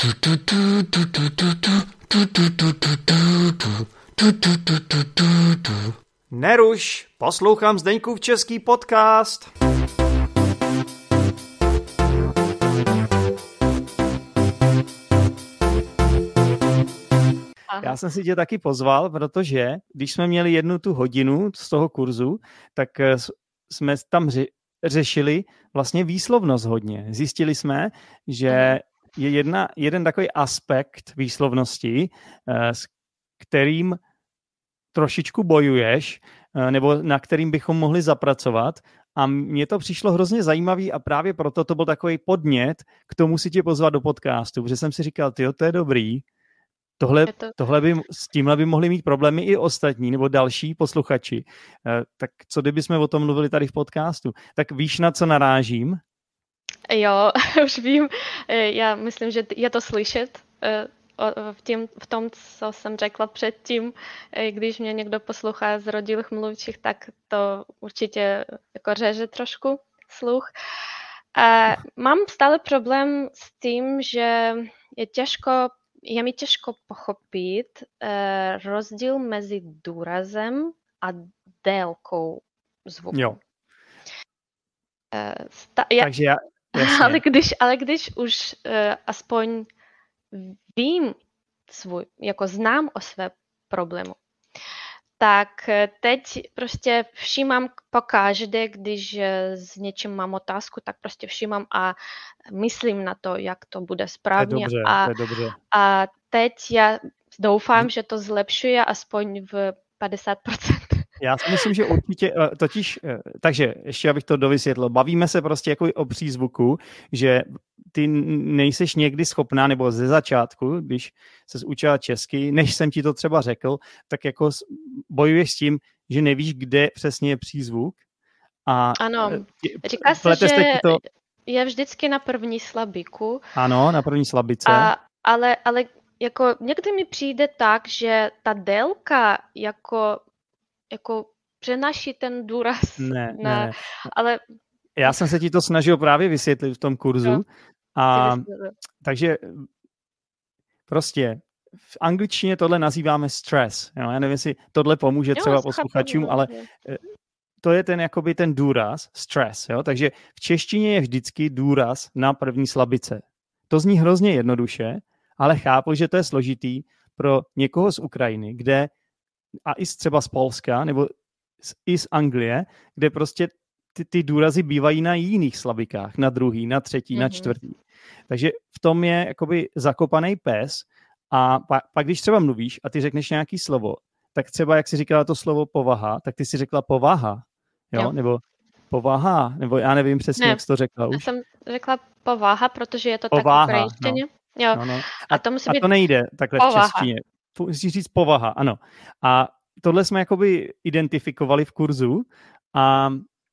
Neruš, poslouchám Zdeňkův český podcast. Já jsem si tě taky pozval, protože když jsme měli jednu tu hodinu z toho kurzu, tak jsme tam řešili vlastně výslovnost hodně. Zjistili jsme, že je jeden takový aspekt výslovnosti, s kterým trošičku bojuješ, nebo na kterým bychom mohli zapracovat. A mně to přišlo hrozně zajímavý a právě proto to byl takový podnět k tomu si tě pozvat do podcastu, protože jsem si říkal, tyjo, to je dobrý. S tímhle by mohli mít problémy i ostatní nebo další posluchači. Tak co kdyby jsme o tom mluvili tady v podcastu? Tak víš, na co narážím? Jo, už vím. Já myslím, že je to slyšet v tom, co jsem řekla předtím. Když mě někdo poslouchá z rodilých mluvčích, tak to určitě jako řeže trošku sluch. Mám stále problém s tím, že je mi těžko pochopit rozdíl mezi důrazem a délkou zvuku. Jo. Takže ale když už aspoň vím znám o své problému, tak teď prostě všímám pokaždé, když s něčím mám otázku, tak prostě všímám a myslím na to, jak to bude správně. To je dobře. A teď já doufám, že to zlepšuje aspoň v 50%. Já si myslím, že určitě, takže ještě abych to dovysvětlil, bavíme se prostě jako o přízvuku, že ty nejseš někdy schopná, nebo ze začátku, když ses učila česky, než jsem ti to třeba řekl, tak jako bojuješ s tím, že nevíš, kde přesně je přízvuk. Ano, říká se, že je vždycky na první slabiku. Ano, na první slabice. Ale jako někdy mi přijde tak, že ta délka jako přenáší ten důraz. Ne. Ale já jsem se ti to snažil právě vysvětlit v tom kurzu. No. Takže prostě v angličtině tohle nazýváme stress. Jo? Já nevím, jestli tohle pomůže třeba posluchačům, ale to je ten důraz, stress. Jo? Takže v češtině je vždycky důraz na první slabice. To zní hrozně jednoduše, ale chápu, že to je složitý pro někoho z Ukrajiny, kde a i třeba z Polska, nebo i z Anglie, kde prostě ty důrazy bývají na jiných slabikách, na druhý, na třetí, na čtvrtý. Takže v tom je jakoby zakopaný pes a pak když třeba mluvíš a ty řekneš nějaký slovo, tak třeba jak jsi říkala to slovo povaha, tak ty jsi řekla povaha, jo? Nebo povaha, nebo já nevím přesně, jak jsi to řekla už. Já jsem řekla povaha, protože je to tak v ukrajinštině. No. A to nejde takhle povaha. V češtině. Musíš říct povaha, ano. A tohle jsme jakoby identifikovali v kurzu a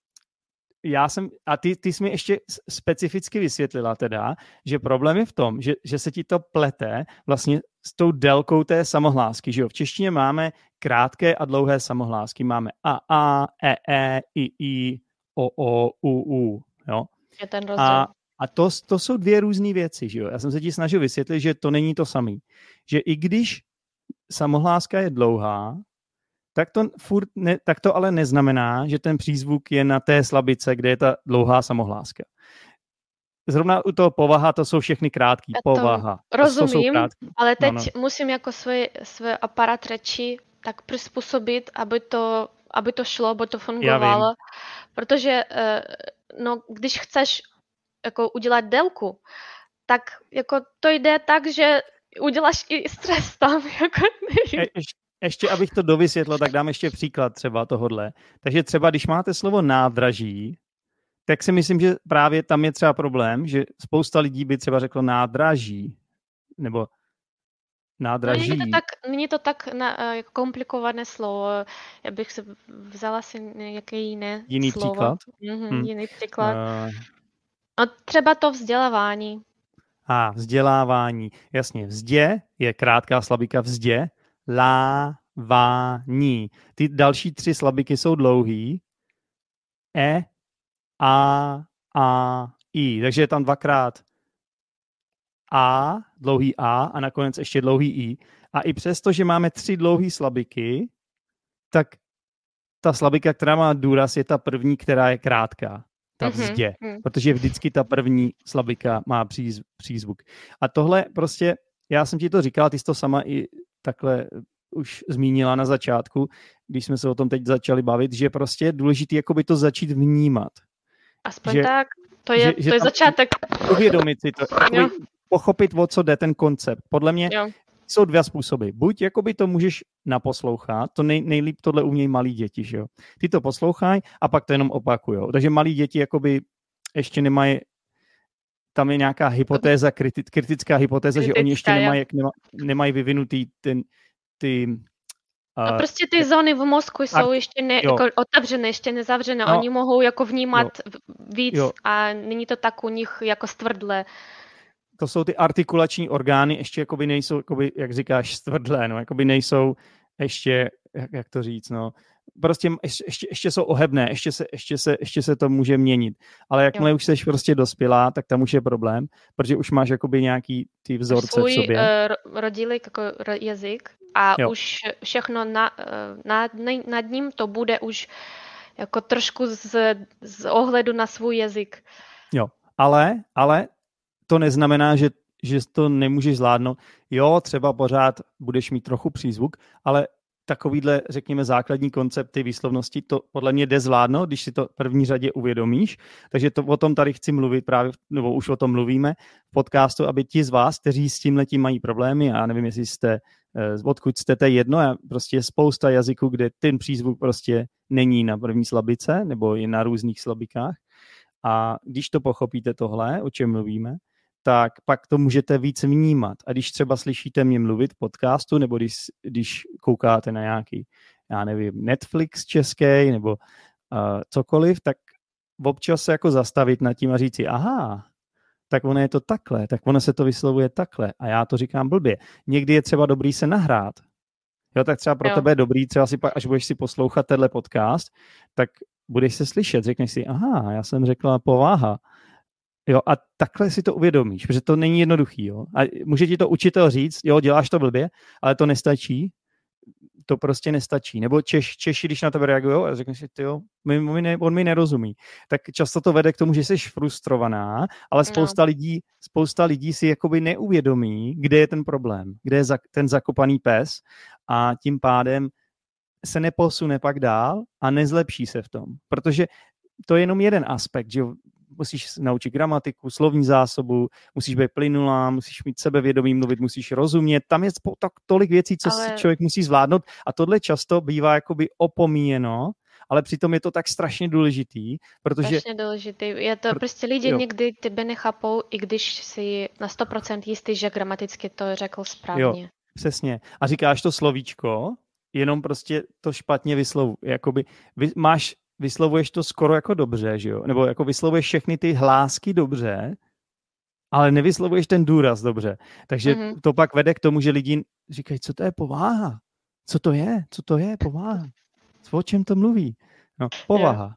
ty jsi mi ještě specificky vysvětlila teda, že problém je v tom, že se ti to plete vlastně s tou délkou té samohlásky, že jo? V češtině máme krátké a dlouhé samohlásky. Máme a, i, o, u, jo? Je ten rozdíl. A to jsou dvě různé věci, že jo? Já jsem se ti snažil vysvětlit, že to není to samé. Že i když samohláska je dlouhá, tak to ale neznamená, že ten přízvuk je na té slabice, kde je ta dlouhá samohláska. Zrovna u toho povaha, to jsou všechny krátký. Povaha. Rozumím, ale teď musím jako svůj aparát řeči tak přizpůsobit, aby to šlo, aby to fungovalo. Protože když chceš jako udělat délku, tak jako to jde tak, že uděláš i stres tam. Jako, ještě abych to dovysvětlil, tak dám ještě příklad třeba tohodle. Takže třeba, když máte slovo nádraží, tak si myslím, že právě tam je třeba problém, že spousta lidí by třeba řeklo nádraží, nebo nádraží. Není to tak komplikované slovo. Já bych se vzala si nějaké jiný slovo. Příklad? Jiný příklad. Třeba to vzdělávání. Vzdělávání. Jasně, vzdě je krátká slabika vzdě, lávání. Ty další tři slabiky jsou dlouhý. A, i. Takže je tam dvakrát dlouhý A a nakonec ještě dlouhý I. A i přesto, že máme 3 dlouhý slabiky, tak ta slabika, která má důraz, je ta první, která je krátká. Ta vzdě. Protože vždycky ta první slabika má přízvuk. A tohle prostě, já jsem ti to říkal, ty jsi to sama i takhle už zmínila na začátku, když jsme se o tom teď začali bavit, že prostě je důležité jakoby to začít vnímat. Aspoň že, tak, to je začátek. Uvědomit si to, pochopit, o co jde ten koncept. Podle mě jsou 2 způsoby. Buď jakoby to můžeš naposlouchat, to nejlíp tohle umějí malí děti, že jo. Ty to poslouchají a pak to jenom opakujou. Takže malí děti jakoby ještě nemají, tam je nějaká hypotéza, kritická hypotéza, že oni ještě nemají vyvinutý no prostě ty zóny v mozku jsou ještě jako otevřené, ještě nezavřené. Oni mohou jako vnímat víc a není to tak u nich jako stvrdlé. To jsou ty artikulační orgány, ještě jakoby nejsou, jakoby, jak říkáš, stvrdlé, no, jakoby nejsou ještě, jak to říct, no, prostě ještě jsou ohebné, ještě se to může měnit. Ale jakmile už seš prostě dospělá, tak tam už je problém, protože už máš jakoby nějaký ty vzorce v sobě. Rodilý jako jazyk a už všechno nad ním to bude už jako trošku z ohledu na svůj jazyk. Jo, ale to neznamená, že to nemůžeš zvládnout. Jo, třeba pořád budeš mít trochu přízvuk, ale takovýhle, řekněme, základní koncepty výslovnosti, to podle mě jde zvládnout, když si to v první řadě uvědomíš. Takže to o tom tady chci mluvit právě, nebo už o tom mluvíme v podcastu, aby ti z vás, kteří s tímhletím mají problémy, já nevím, jestli jste, odkud jste, to je jedno, a prostě je spousta jazyků, kde ten přízvuk prostě není na první slabice, nebo je na různých slabikách. A když to pochopíte tohle, o čem mluvíme, tak pak to můžete víc vnímat. A když třeba slyšíte mě mluvit v podcastu, nebo když koukáte na nějaký, já nevím, Netflix český, nebo cokoliv, tak občas se jako zastavit nad tím a říct si, aha, tak ono je to takhle, tak ono se to vyslovuje takhle a já to říkám blbě. Někdy je třeba dobrý se nahrát. Jo, tak třeba pro tebe je dobrý, třeba si pak, až budeš si poslouchat tenhle podcast, tak budeš se slyšet, řekneš si, aha, já jsem řekla pováha. Jo, a takhle si to uvědomíš, protože to není jednoduchý, jo. A může ti to učitel říct, jo, děláš to blbě, ale to nestačí. To prostě nestačí. Nebo Češi, když na tebe reagují a řekneš si, tyjo, on mi nerozumí. Tak často to vede k tomu, že jsi frustrovaná, ale spousta lidí si jakoby neuvědomí, kde je ten problém, kde je ten zakopaný pes a tím pádem se neposune pak dál a nezlepší se v tom. Protože to je jenom jeden aspekt, že musíš naučit gramatiku, slovní zásobu, musíš být plynulá, musíš mít sebevědomí, mluvit, musíš rozumět. Tam je tolik věcí, co si člověk musí zvládnout a tohle často bývá jakoby opomíjeno, ale přitom je to tak strašně důležitý, protože... Strašně důležitý. Je to prostě lidi někdy tebe nechápou, i když si na 100% jistý, že gramaticky to řekl správně. Jo, přesně. A říkáš to slovíčko, jenom prostě to špatně jakoby vyslovuješ to skoro jako dobře, že jo? Nebo jako vyslovuješ všechny ty hlásky dobře, ale nevyslovuješ ten důraz dobře. Takže to pak vede k tomu, že lidi říkají, co to je pováha? Co to je? Co to je pováha? O čem to mluví? No, povaha.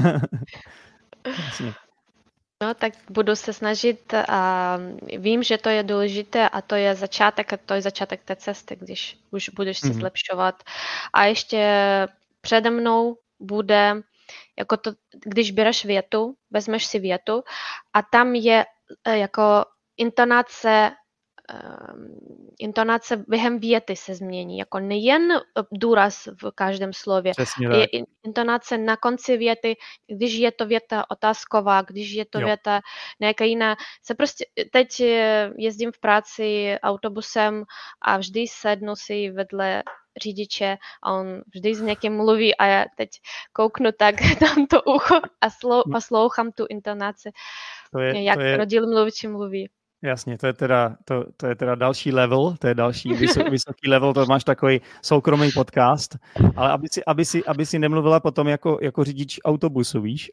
No, tak budu se snažit a vím, že to je důležité a to je začátek té cesty, když už budeš se zlepšovat. A ještě přede mnou bude jako to, když bereš větu, vezmeš si větu a tam je jako intonace během věty se změní, jako nejen důraz v každém slově, je intonace na konci věty, když je to věta otázková, když je to věta nějaká jiná. Teď jezdím v práci autobusem a vždy sednu si vedle řidiče a on vždy s někým mluví a já teď kouknu tak tam to ucho a poslouchám tu intonaci, jak rodil mluvčí mluví. Jasně, to je teda další level, to je další vysoký level, to máš takový soukromý podcast, ale aby si nemluvila potom jako řidič autobusu, víš?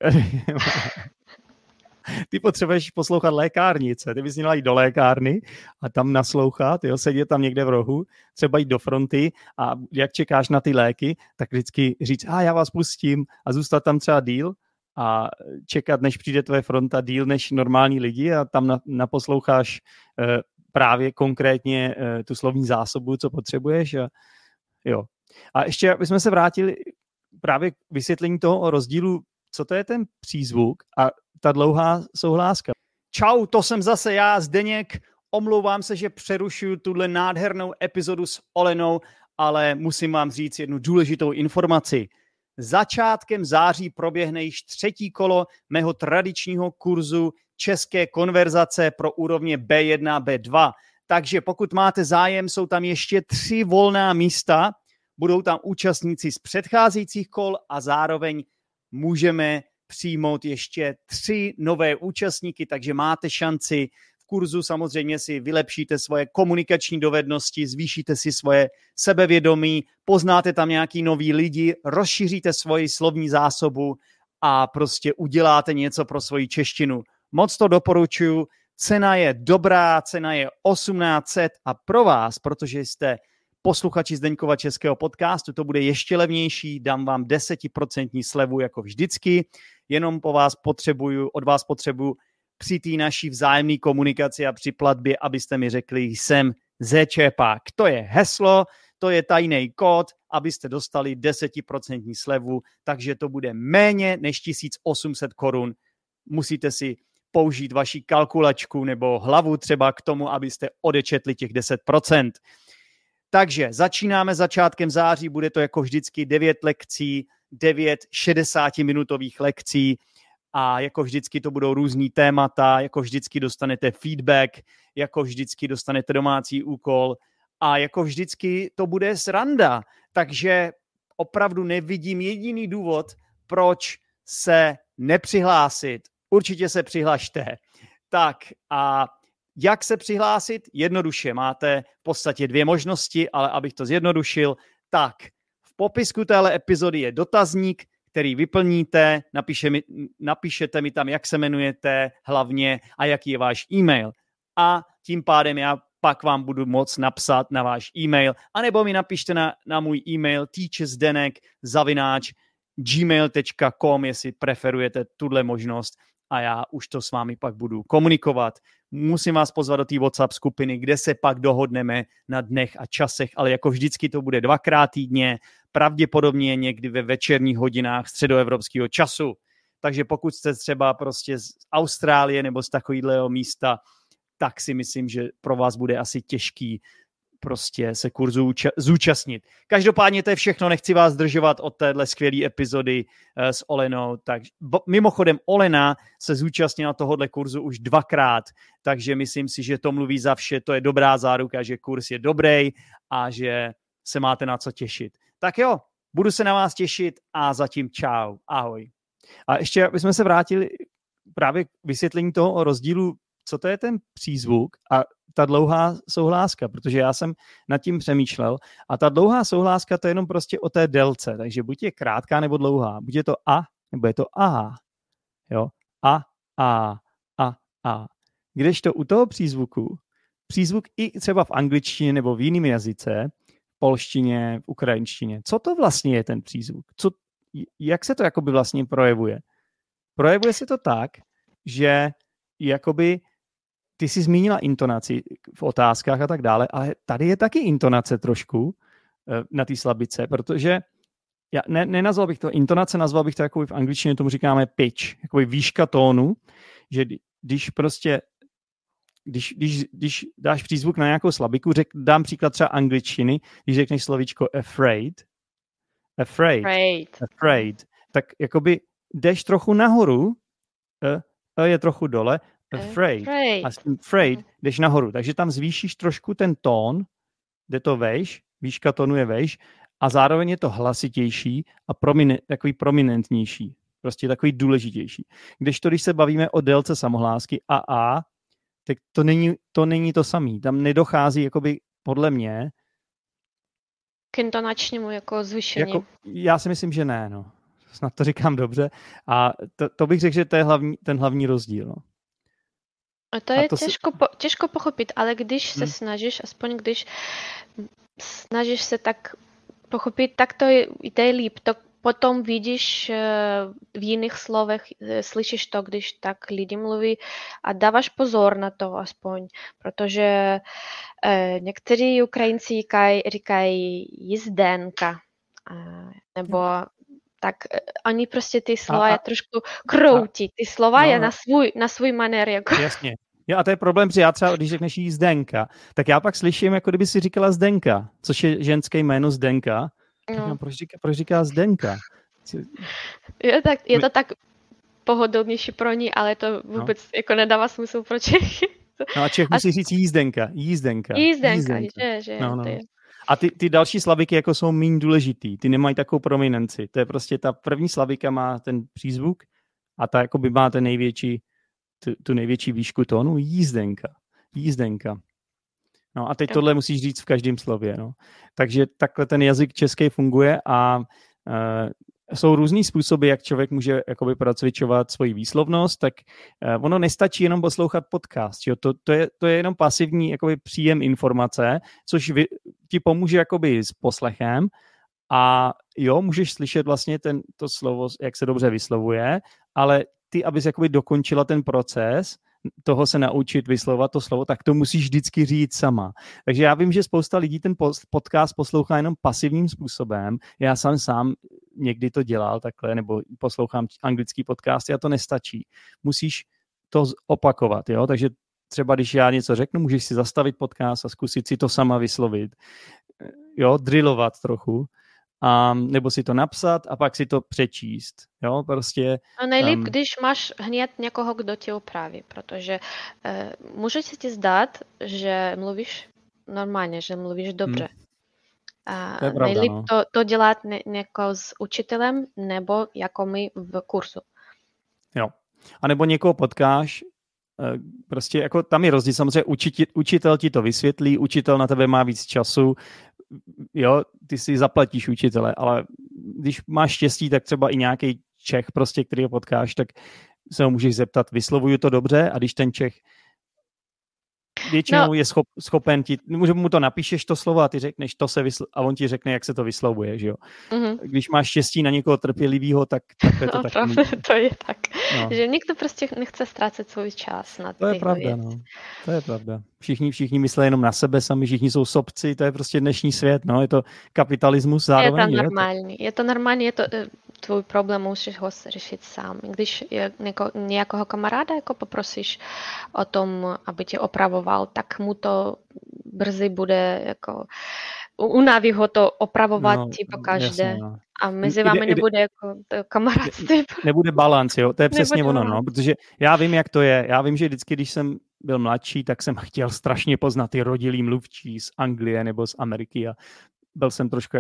Ty potřebuješ poslouchat lékárnice, ty bys měla jít do lékárny a tam naslouchat, sedět tam někde v rohu, třeba jít do fronty a jak čekáš na ty léky, tak vždycky říct, já vás pustím a zůstat tam třeba díl a čekat, než přijde tvoje fronta, díl než normální lidi a tam naposloucháš právě konkrétně tu slovní zásobu, co potřebuješ. A, jo. A ještě, abychom se vrátili právě k vysvětlení toho rozdílu, co to je ten přízvuk a ta dlouhá souhláska. Čau, to jsem zase já, Zdeněk. Omlouvám se, že přerušuju tuhle nádhernou epizodu s Olenou, ale musím vám říct jednu důležitou informaci. Začátkem září proběhne již 3. kolo mého tradičního kurzu české konverzace pro úrovně B1, B2. Takže pokud máte zájem, jsou tam ještě 3 volná místa, budou tam účastníci z předcházejících kol a zároveň můžeme přijmout ještě 3 nové účastníky, takže máte šanci. V kurzu samozřejmě si vylepšíte svoje komunikační dovednosti, zvýšíte si svoje sebevědomí, poznáte tam nějaký nový lidi, rozšíříte svoji slovní zásobu a prostě uděláte něco pro svoji češtinu. Moc to doporučuji, cena je dobrá, cena je 1800 a pro vás, protože jste posluchači Zdeňkova českého podcastu, to bude ještě levnější, dám vám 10% slevu jako vždycky, jenom od vás potřebuju při té naší vzájemné komunikaci a při platbě, abyste mi řekli, jsem Zčepák. To je heslo, to je tajný kód, abyste dostali 10% slevu, takže to bude méně než 1800 korun. Musíte si použít vaši kalkulačku nebo hlavu třeba k tomu, abyste odečetli těch 10%. Takže začínáme začátkem září, bude to jako vždycky 9 lekcí, 9 60-minutových lekcí a jako vždycky to budou různý témata, jako vždycky dostanete feedback, jako vždycky dostanete domácí úkol a jako vždycky to bude sranda. Takže opravdu nevidím jediný důvod, proč se nepřihlásit. Určitě se přihlašte. Tak a jak se přihlásit? Jednoduše. Máte v podstatě 2 možnosti, ale abych to zjednodušil, tak v popisku téhle epizody je dotazník, který vyplníte, napíšete mi tam, jak se jmenujete hlavně a jaký je váš e-mail. A tím pádem já pak vám budu moct napsat na váš e-mail, anebo mi napište na můj e-mail teacherzdenek@gmail.com, jestli preferujete tuhle možnost a já už to s vámi pak budu komunikovat. Musím vás pozvat do té WhatsApp skupiny, kde se pak dohodneme na dnech a časech, ale jako vždycky to bude 2krát týdně, pravděpodobně někdy ve večerních hodinách středoevropského času. Takže pokud jste třeba prostě z Austrálie nebo z takového místa, tak si myslím, že pro vás bude asi těžký prostě se kurzu zúčastnit. Každopádně to je všechno, nechci vás zdržovat od téhle skvělé epizody s Olenou. Tak, mimochodem Olena se zúčastnila tohohle kurzu už 2krát, takže myslím si, že to mluví za vše, to je dobrá záruka, že kurz je dobrý a že se máte na co těšit. Tak jo, budu se na vás těšit a zatím čau, ahoj. A ještě, abychom se vrátili právě k vysvětlení toho rozdílu, co to je ten přízvuk a ta dlouhá souhláska, protože já jsem nad tím přemýšlel a ta dlouhá souhláska to je jenom prostě o té délce, takže buď je krátká nebo dlouhá, buď je to a, nebo je to a, jo, a. Kdežto u toho přízvuk i třeba v angličtině nebo v jiném jazyce, v polštině, v ukrajinštině, co to vlastně je ten přízvuk? Jak se to jakoby vlastně projevuje? Projevuje se to tak, že jakoby ty jsi zmínila intonaci v otázkách a tak dále, ale tady je taky intonace trošku na té slabice, protože já nenazval bych to intonace, nazval bych to jakoby v angličtině tomu říkáme pitch, jakoby výška tónu, že když dáš přízvuk na nějakou slabiku, dám příklad třeba angličtiny, když řekneš slovíčko afraid, tak jakoby jdeš trochu nahoru, je trochu dole, afraid. A s tím afraid jdeš nahoru. Takže tam zvýšíš trošku ten tón, jde to vejš, výška tónu je vejš a zároveň je to hlasitější a takový prominentnější. Prostě takový důležitější. Když se bavíme o délce samohlásky a, tak to není to samý. Tam nedochází, jakoby podle mě, k intonačnímu jako zvýšení. Já si myslím, že ne, no. Snad to říkám dobře. A to bych řekl, že to je ten hlavní rozdíl, no. A to je těžko pochopit, ale když se snažíš, aspoň když snažíš se tak pochopit, tak to jde líp. To potom vidíš v jiných slovech, slyšíš to, když tak lidi mluví a dáváš pozor na to aspoň, protože někteří Ukrajinci říkají jízdenka, nebo tak oni prostě ty slova je trošku kroutí. Ty slova je na svůj manér. Jako. Jasně. Jo, a to je problém, protože já třeba, když řekneš Zdenka, tak já pak slyším, jako kdyby si říkala Zdenka, což je ženské jméno Zdenka. No. Proč říká Zdenka? Je to tak pohodlnější pro ní, ale to vůbec jako nedává smysl pro Čechy. No a Čech musí říct jízdenka. Jízdenka, že no. A ty další slaviky jako jsou méně důležitý, ty nemají takovou prominenci. To je prostě ta první slavika má ten přízvuk a ta jakoby má ten největší, tu největší výšku tónu. Jízdenka. No a teď tohle musíš říct v každém slově. No. Takže takhle ten jazyk český funguje a jsou různý způsoby, jak člověk může jakoby procvičovat svoji výslovnost, tak ono nestačí jenom poslouchat podcast. Jo? To je jenom pasivní jakoby příjem informace, což ti pomůže jakoby s poslechem a jo, můžeš slyšet vlastně to slovo, jak se dobře vyslovuje, ale ty, abys jakoby dokončila ten proces toho se naučit vyslovovat to slovo, tak to musíš vždycky říct sama. Takže já vím, že spousta lidí ten podcast poslouchá jenom pasivním způsobem. Já sám někdy to dělal takhle, nebo poslouchám anglický podcast a to nestačí. Musíš to opakovat, jo? Takže třeba když já něco řeknu, můžeš si zastavit podcast a zkusit si to sama vyslovit. Jo, drillovat trochu. Nebo si to napsat a pak si to přečíst. Jo, prostě. A nejlíp, když máš hned někoho, kdo tě opraví, protože může se ti zdát, že mluvíš normálně, že mluvíš dobře. To je pravda, nejlíp to dělat někoho s učitelem nebo jako my v kurzu. Jo. A nebo někoho potkáš, prostě jako tam je rozdíl, samozřejmě učitel ti to vysvětlí, učitel na tebe má víc času, jo, ty si zaplatíš učitele, ale když máš štěstí, tak třeba i nějaký Čech, prostě, který ho potkáš, tak se ho můžeš zeptat, vyslovuju to dobře, a když ten Čech většinou je schopen ti, mu to napíšeš to slovo a ty řekneš to se a on ti řekne, jak se to vyslovuje, že jo. Mm-hmm. Když máš štěstí na někoho trpělivého, tak je to tak. To je tak, že někdo prostě nechce ztrácet svůj čas na to je pravda, věc. To je pravda. Všichni myslí jenom na sebe sami, všichni jsou sobci, to je prostě dnešní svět, je to kapitalismus zároveň. Je to normální, je to tvůj problém, musíš ho řešit sám. Když nějakého kamaráda jako poprosíš o tom, aby tě opravoval, tak mu to brzy bude jako unaví ho to opravovat ti pokaždé. Jasně, a mezi vámi nebude jako kamarádství. Nebude balans, jo, to je přesně ono, protože já vím, jak to je. Já vím, že vždycky, když jsem byl mladší, tak jsem chtěl strašně poznat ty rodilý mluvčí z Anglie nebo z Ameriky a byl jsem trošku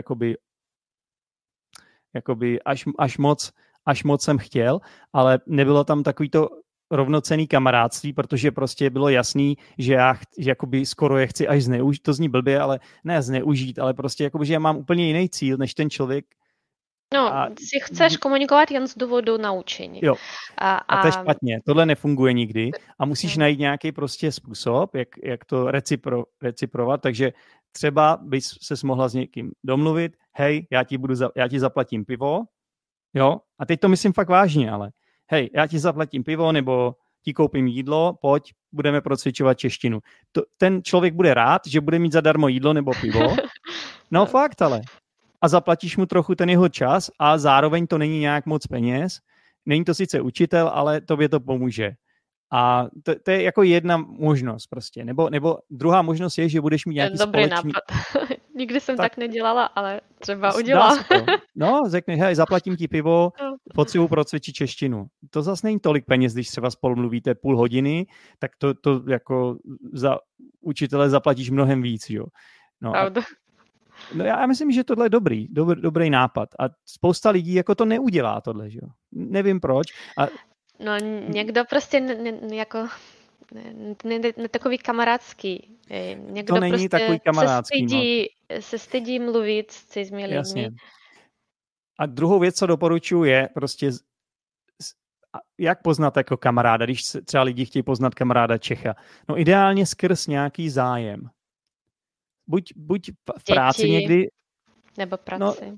jakoby až moc jsem chtěl, ale nebylo tam takový to rovnocenný kamarádství, protože prostě bylo jasný, že já jakoby skoro je chci až zneužít, to zní blbě, ale ne zneužít, ale prostě jakoby, že já mám úplně jiný cíl, než ten člověk. Si chceš komunikovat jen z důvodu naučení. Jo. A to je špatně, tohle nefunguje nikdy a musíš najít nějaký prostě způsob, jak to reciprovat, takže třeba bys se mohla s někým domluvit, hej, já ti zaplatím pivo, jo, a teď to myslím fakt vážně, ale hej, já ti zaplatím pivo nebo ti koupím jídlo, pojď, budeme procvičovat češtinu. Ten člověk bude rád, že bude mít zadarmo jídlo nebo pivo, no fakt ale. A zaplatíš mu trochu ten jeho čas a zároveň to není nějak moc peněz. Není to sice učitel, ale tobě to pomůže. A to je jako jedna možnost prostě. Nebo druhá možnost je, že budeš mít nějaký dobrý společný... nápad. Nikdy jsem tak nedělala, ale třeba udělám. No, řekneš, hej, zaplatím ti pivo, potřebuji procvičit češtinu. To zase není tolik peněz, když třeba spolu mluvíte půl hodiny, tak to jako za učitele zaplatíš mnohem víc, jo. No, no já myslím, že tohle je dobrý nápad. A spousta lidí jako to neudělá tohle, že jo. Nevím proč. No někdo prostě jako ne takový kamarádský. Někdo to není prostě takový kamarádský. Se stydí mluvit s cizími lidmi. Jasně. A druhou věc, co doporučuji, je prostě jak poznat jako kamaráda, když třeba lidi chtějí poznat kamaráda Čecha. No ideálně skrz nějaký zájem. Buď v práci děti, někdy. nebo práci.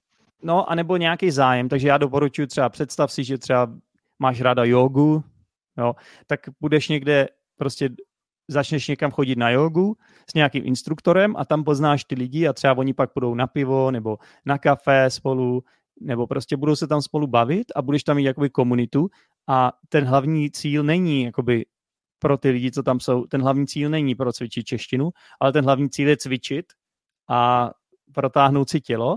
No, anebo nějaký zájem, takže já doporučuji třeba, představ si, že třeba máš ráda jogu, jo, tak budeš někde, prostě začneš někam chodit na jogu s nějakým instruktorem a tam poznáš ty lidi a třeba oni pak půjdou na pivo nebo na kafe spolu, nebo prostě budou se tam spolu bavit a budeš tam mít jakoby komunitu a ten hlavní cíl není jakoby pro ty lidi, co tam jsou, ten hlavní cíl není pro cvičit češtinu, ale ten hlavní cíl je cvičit a protáhnout si tělo.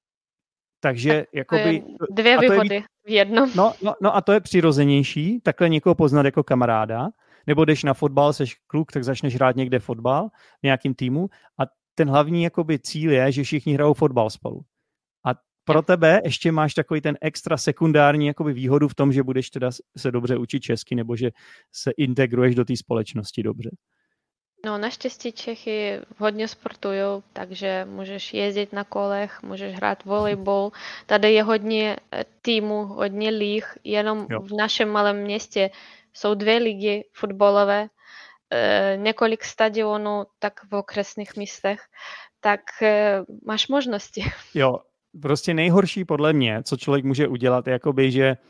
Takže jakoby... Dvě výhody v jednom. No a to je přirozenější, takhle někoho poznat jako kamaráda, nebo jdeš na fotbal, seš kluk, tak začneš hrát někde fotbal v nějakým týmu a ten hlavní jakoby cíl je, že všichni hrajou fotbal spolu. A pro tebe ještě máš takový ten extra sekundární jakoby výhodu v tom, že budeš teda se dobře učit česky, nebo že se integruješ do té společnosti dobře. No, naštěstí Čechy hodně sportují, takže můžeš jezdit na kolech, můžeš hrát volejbal. Tady je hodně týmů, hodně líh, jenom v našem malém městě jsou 2 ligy fotbalové, několik stadionů, tak v okresných místech, tak máš možnosti. Jo, prostě nejhorší podle mě, co člověk může udělat, je jakoby,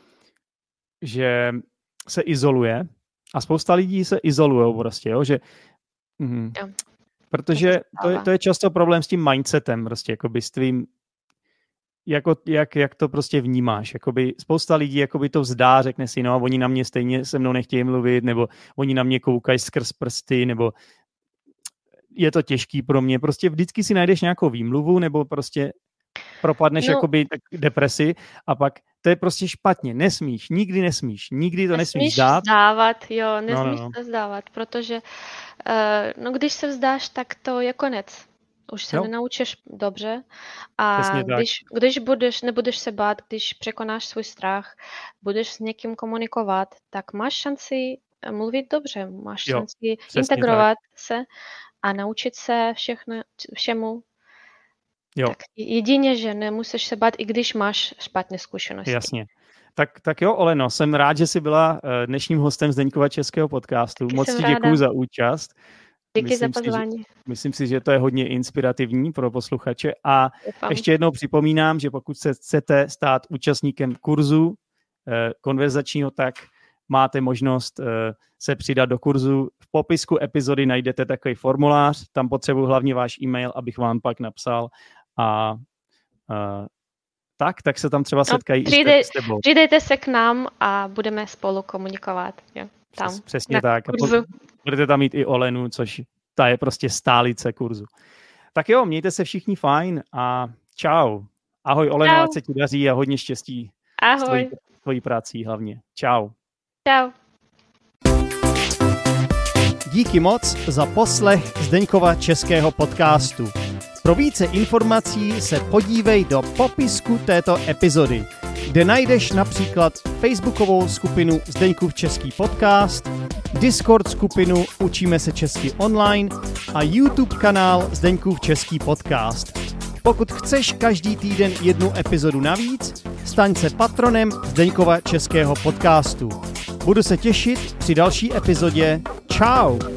že se izoluje a spousta lidí se izolujou prostě, jo, že protože to je často problém s tím mindsetem, prostě jakoby s tvým, jak to prostě vnímáš. Jakoby spousta lidí jakoby to vzdá, řekne si, no oni na mě stejně se mnou nechtějí mluvit, nebo oni na mě koukají skrz prsty, nebo je to těžký pro mě. Prostě vždycky si najdeš nějakou výmluvu, nebo prostě propadneš jakoby depresi a pak to je prostě špatně. Nikdy to nesmíš vzdávat, jo, nesmíš to vzdávat, protože když se vzdáš, tak to je konec. Už se nenaučíš dobře a když nebudeš se bát, když překonáš svůj strach, budeš s někým komunikovat, tak máš šanci mluvit dobře, máš šanci integrovat se a naučit se všemu. Jo. Tak jedině, že nemusíš se bát, i když máš špatné zkušenosti. Jasně. Tak jo, Oleno, jsem rád, že jsi byla dnešním hostem Zdeňkova českého podcastu. Moc ti děkuju za účast. Díky za pozvání. Myslím si, že to je hodně inspirativní pro posluchače a ještě jednou připomínám, že pokud se chcete stát účastníkem kurzu konverzačního, tak máte možnost se přidat do kurzu. V popisku epizody najdete takový formulář, tam potřebuji hlavně váš e-mail, abych vám pak napsal a tak se tam třeba setkají s tebou. Přidejte se k nám a budeme spolu komunikovat. Jo, tam, přesně tak. Budete tam mít i Olenu, což ta je prostě stálice kurzu. Tak jo, mějte se všichni fajn a čau. Ahoj Oleno, ať se ti daří a hodně štěstí. Ahoj. S tvojí prací hlavně. Čau. Čau. Díky moc za poslech Zdeňkova českého podcastu. Pro více informací se podívej do popisku této epizody, kde najdeš například facebookovou skupinu Zdeňkův český podcast, Discord skupinu Učíme se česky online a YouTube kanál Zdeňkův český podcast. Pokud chceš každý týden 1 epizodu navíc, staň se patronem Zdeňkova českého podcastu. Budu se těšit při další epizodě. Čau!